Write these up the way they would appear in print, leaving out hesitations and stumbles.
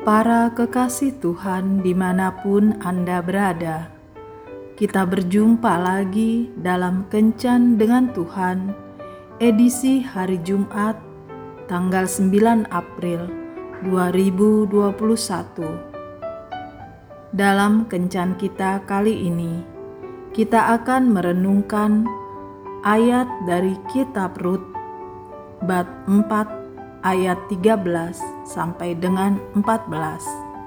Para kekasih Tuhan dimanapun Anda berada, kita berjumpa lagi dalam Kencan dengan Tuhan, edisi hari Jumat, tanggal 9 April 2021. Dalam Kencan kita kali ini, kita akan merenungkan ayat dari kitab Rut, bab 4, ayat 13 sampai dengan 14.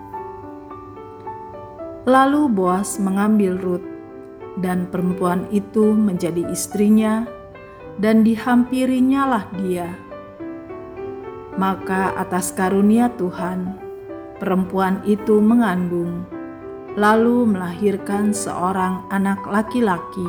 Lalu Boas mengambil Rut, dan perempuan itu menjadi istrinya, dan dihampirinyalah dia. Maka atas karunia Tuhan, perempuan itu mengandung, lalu melahirkan seorang anak laki-laki.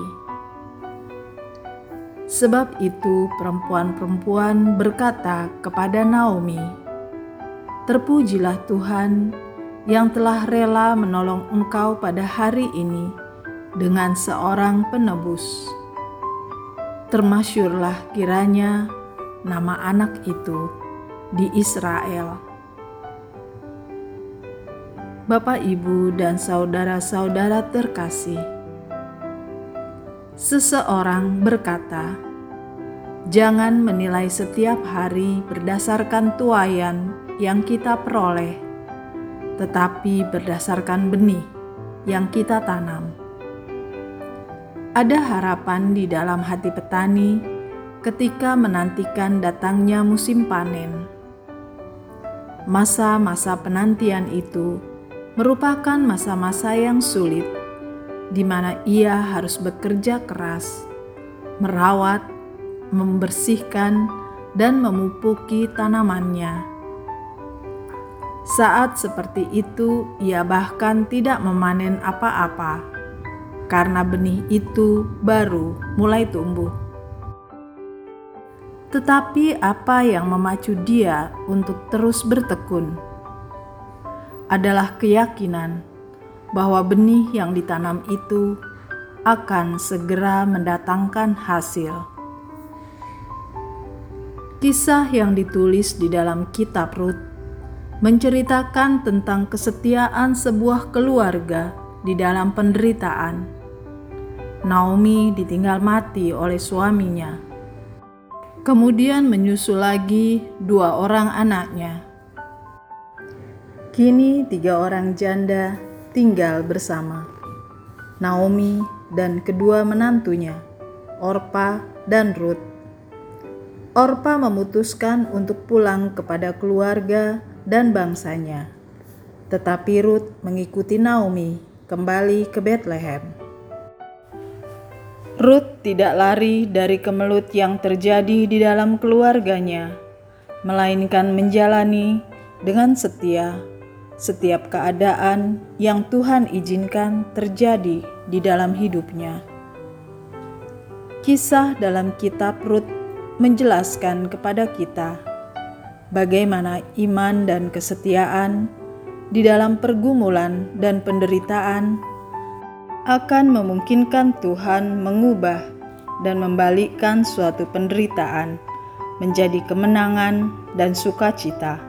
Sebab itu perempuan-perempuan berkata kepada Naomi, "Terpujilah Tuhan yang telah rela menolong engkau pada hari ini dengan seorang penebus. Termasyurlah kiranya nama anak itu di Israel." Bapak, Ibu, dan saudara-saudara terkasih, seseorang berkata, "Jangan menilai setiap hari berdasarkan tuaian yang kita peroleh, tetapi berdasarkan benih yang kita tanam." Ada harapan di dalam hati petani ketika menantikan datangnya musim panen. Masa-masa penantian itu merupakan masa-masa yang sulit, di mana ia harus bekerja keras, merawat, membersihkan, dan memupuki tanamannya. Saat seperti itu, ia bahkan tidak memanen apa-apa, karena benih itu baru mulai tumbuh. Tetapi apa yang memacu dia untuk terus bertekun adalah keyakinan bahwa benih yang ditanam itu akan segera mendatangkan hasil. Kisah yang ditulis di dalam kitab Rut menceritakan tentang kesetiaan sebuah keluarga di dalam penderitaan. Naomi ditinggal mati oleh suaminya. Kemudian menyusul lagi 2 orang anaknya. Kini 3 orang janda tinggal bersama Naomi dan kedua menantunya, Orpa dan Rut. Orpa memutuskan untuk pulang kepada keluarga dan bangsanya, tetapi Rut mengikuti Naomi kembali ke Betlehem. Rut tidak lari dari kemelut yang terjadi di dalam keluarganya, melainkan menjalani dengan setia setiap keadaan yang Tuhan izinkan terjadi di dalam hidupnya. Kisah dalam kitab Rut menjelaskan kepada kita bagaimana iman dan kesetiaan di dalam pergumulan dan penderitaan akan memungkinkan Tuhan mengubah dan membalikkan suatu penderitaan menjadi kemenangan dan sukacita.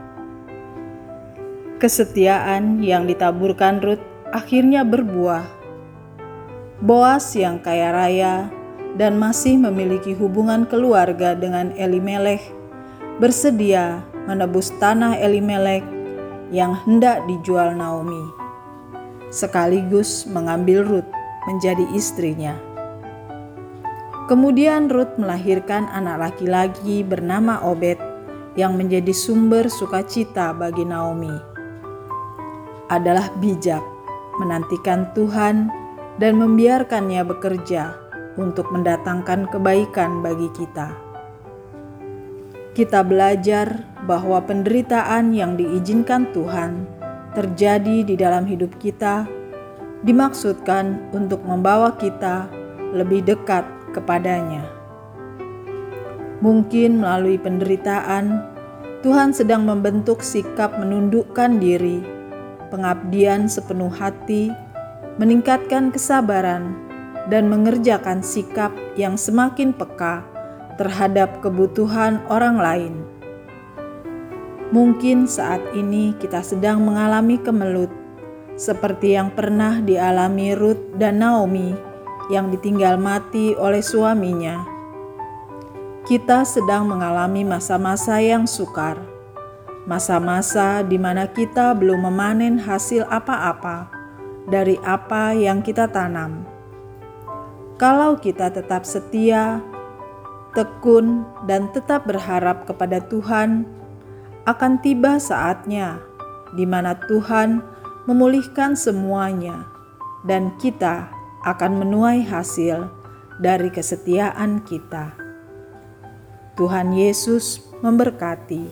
Kesetiaan yang ditaburkan Rut akhirnya berbuah. Boas yang kaya raya dan masih memiliki hubungan keluarga dengan Elimelek bersedia menebus tanah Elimelek yang hendak dijual Naomi, sekaligus mengambil Rut menjadi istrinya. Kemudian Rut melahirkan anak laki-laki bernama Obed yang menjadi sumber sukacita bagi Naomi. Adalah bijak menantikan Tuhan dan membiarkannya bekerja untuk mendatangkan kebaikan bagi kita. Kita belajar bahwa penderitaan yang diizinkan Tuhan terjadi di dalam hidup kita dimaksudkan untuk membawa kita lebih dekat kepadanya. Mungkin melalui penderitaan, Tuhan sedang membentuk sikap menundukkan diri, pengabdian sepenuh hati, meningkatkan kesabaran, dan mengerjakan sikap yang semakin peka terhadap kebutuhan orang lain. Mungkin saat ini kita sedang mengalami kemelut, seperti yang pernah dialami Ruth dan Naomi yang ditinggal mati oleh suaminya. Kita sedang mengalami masa-masa yang sukar, masa-masa di mana kita belum memanen hasil apa-apa dari apa yang kita tanam. Kalau kita tetap setia, tekun, dan tetap berharap kepada Tuhan, akan tiba saatnya di mana Tuhan memulihkan semuanya dan kita akan menuai hasil dari kesetiaan kita. Tuhan Yesus memberkati.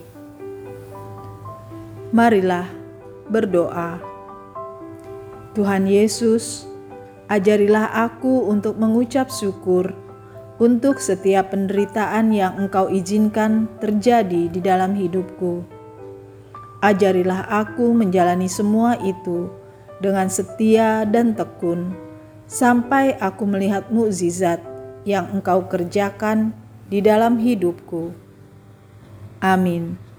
Marilah berdoa. Tuhan Yesus, ajarilah aku untuk mengucap syukur untuk setiap penderitaan yang Engkau izinkan terjadi di dalam hidupku. Ajarilah aku menjalani semua itu dengan setia dan tekun, sampai aku melihat mukjizat yang Engkau kerjakan di dalam hidupku. Amin.